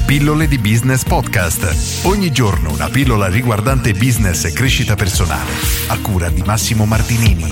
Pillole di Business Podcast. Ogni giorno una pillola riguardante business e crescita personale. A cura di Massimo Martinini.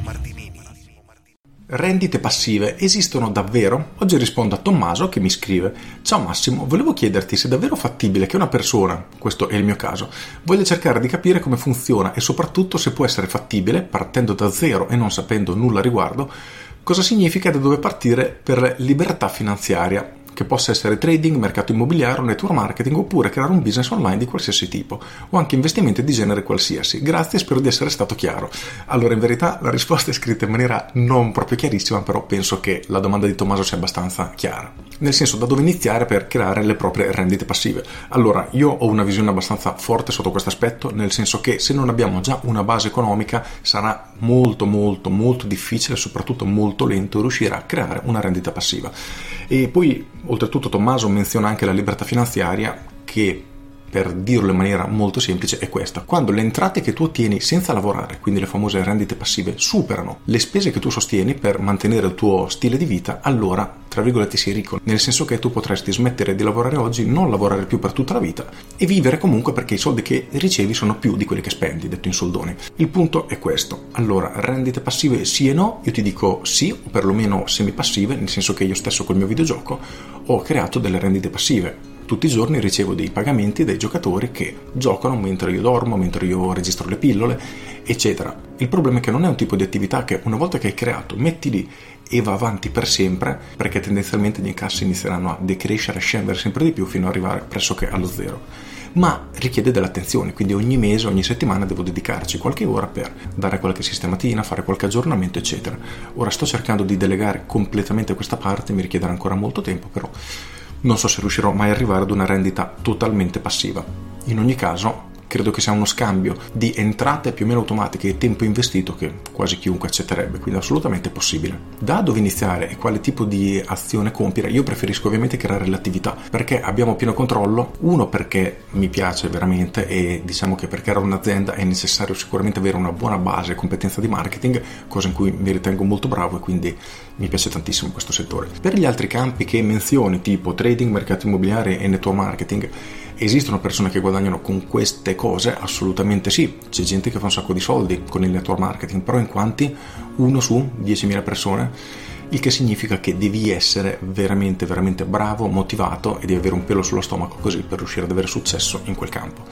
Rendite passive esistono davvero? Oggi rispondo a Tommaso che mi scrive: ciao Massimo, volevo chiederti se è davvero fattibile che una persona, questo è il mio caso, voglia cercare di capire come funziona e soprattutto se può essere fattibile, partendo da zero e non sapendo nulla a riguardo, cosa significa e da dove partire per libertà finanziaria, che possa essere trading, mercato immobiliare, network marketing oppure creare un business online di qualsiasi tipo o anche investimenti di genere qualsiasi. Grazie, spero di essere stato chiaro. Allora, in verità la risposta è scritta in maniera non proprio chiarissima, però penso che la domanda di Tommaso sia abbastanza chiara, nel senso da dove iniziare per creare le proprie rendite passive. Allora, io ho una visione abbastanza forte sotto questo aspetto, nel senso che se non abbiamo già una base economica sarà molto difficile e soprattutto molto lento riuscire a creare una rendita passiva. E poi oltretutto Tommaso menziona anche la libertà finanziaria, che per dirlo in maniera molto semplice è questa: quando le entrate che tu ottieni senza lavorare, quindi le famose rendite passive, superano le spese che tu sostieni per mantenere il tuo stile di vita, allora tra virgolette sei ricco, nel senso che tu potresti smettere di lavorare oggi, non lavorare più per tutta la vita e vivere comunque perché i soldi che ricevi sono più di quelli che spendi, detto in soldoni. Il punto è questo. Allora, rendite passive sì e no? Io ti dico sì, o perlomeno semipassive, nel senso che io stesso col mio videogioco ho creato delle rendite passive. Tutti i giorni ricevo dei pagamenti dai giocatori che giocano mentre io dormo, mentre io registro le pillole, eccetera. Il problema è che non è un tipo di attività che una volta che hai creato metti lì e va avanti per sempre, perché tendenzialmente gli incassi inizieranno a decrescere, a scendere sempre di più fino ad arrivare pressoché allo zero. Ma richiede dell'attenzione, quindi ogni mese, ogni settimana devo dedicarci qualche ora per dare qualche sistematina, fare qualche aggiornamento, eccetera. Ora sto cercando di delegare completamente questa parte, mi richiederà ancora molto tempo, però non so se riuscirò mai ad arrivare ad una rendita totalmente passiva. In ogni caso, credo che sia uno scambio di entrate più o meno automatiche e tempo investito che quasi chiunque accetterebbe, quindi assolutamente possibile. Da dove iniziare e quale tipo di azione compiere? Io preferisco ovviamente creare l'attività, perché abbiamo pieno controllo. Uno, perché mi piace veramente, e diciamo che per creare un'azienda è necessario sicuramente avere una buona base e competenza di marketing, cosa in cui mi ritengo molto bravo e quindi mi piace tantissimo questo settore. Per gli altri campi che menzioni, tipo trading, mercato immobiliare e network marketing, esistono persone che guadagnano con queste cose? Assolutamente sì, c'è gente che fa un sacco di soldi con il network marketing, però in quanti? 1 su 10.000 persone, il che significa che devi essere veramente bravo, motivato e devi avere un pelo sullo stomaco così per riuscire ad avere successo in quel campo.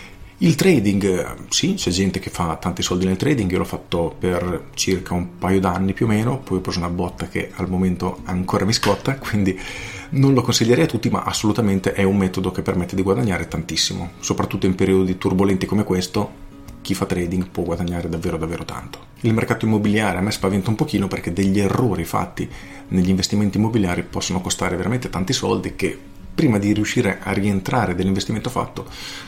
Il trading, sì, c'è gente che fa tanti soldi nel trading, io l'ho fatto per circa un paio d'anni più o meno, poi ho preso una botta che al momento ancora mi scotta, quindi non lo consiglierei a tutti, ma assolutamente è un metodo che permette di guadagnare tantissimo, soprattutto in periodi turbolenti come questo. Chi fa trading può guadagnare davvero tanto. Il mercato immobiliare a me spaventa un pochino, perché degli errori fatti negli investimenti immobiliari possono costare veramente tanti soldi, che prima di riuscire a rientrare dell'investimento fatto,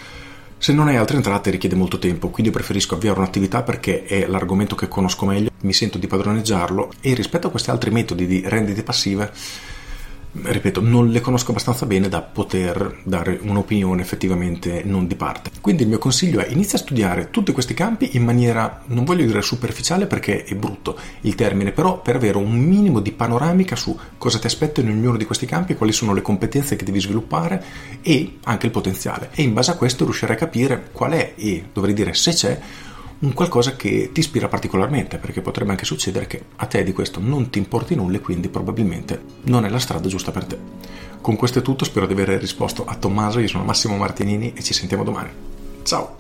se non hai altre entrate, richiede molto tempo. Quindi preferisco avviare un'attività perché è l'argomento che conosco meglio, mi sento di padroneggiarlo, e rispetto a questi altri metodi di rendite passive, ripeto, non le conosco abbastanza bene da poter dare un'opinione effettivamente non di parte. Quindi il mio consiglio è: inizia a studiare tutti questi campi in maniera, non voglio dire superficiale perché è brutto il termine, però per avere un minimo di panoramica su cosa ti aspetta in ognuno di questi campi, quali sono le competenze che devi sviluppare e anche il potenziale, e in base a questo riuscirai a capire qual è, e dovrei dire se c'è, un qualcosa che ti ispira particolarmente, perché potrebbe anche succedere che a te di questo non ti importi nulla e quindi probabilmente non è la strada giusta per te. Con questo è tutto, spero di aver risposto a Tommaso. Io sono Massimo Martinini e ci sentiamo domani. Ciao!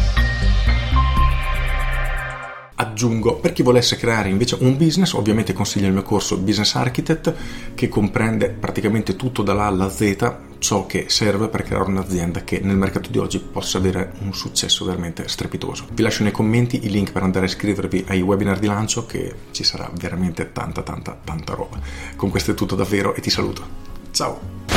Aggiungo, per chi volesse creare invece un business, ovviamente consiglio il mio corso Business Architect, che comprende praticamente tutto dalla A alla Z, ciò che serve per creare un'azienda che nel mercato di oggi possa avere un successo veramente strepitoso. Vi lascio nei commenti i link per andare a iscrivervi ai webinar di lancio, che ci sarà veramente tanta roba. Con questo è tutto davvero e ti saluto. Ciao!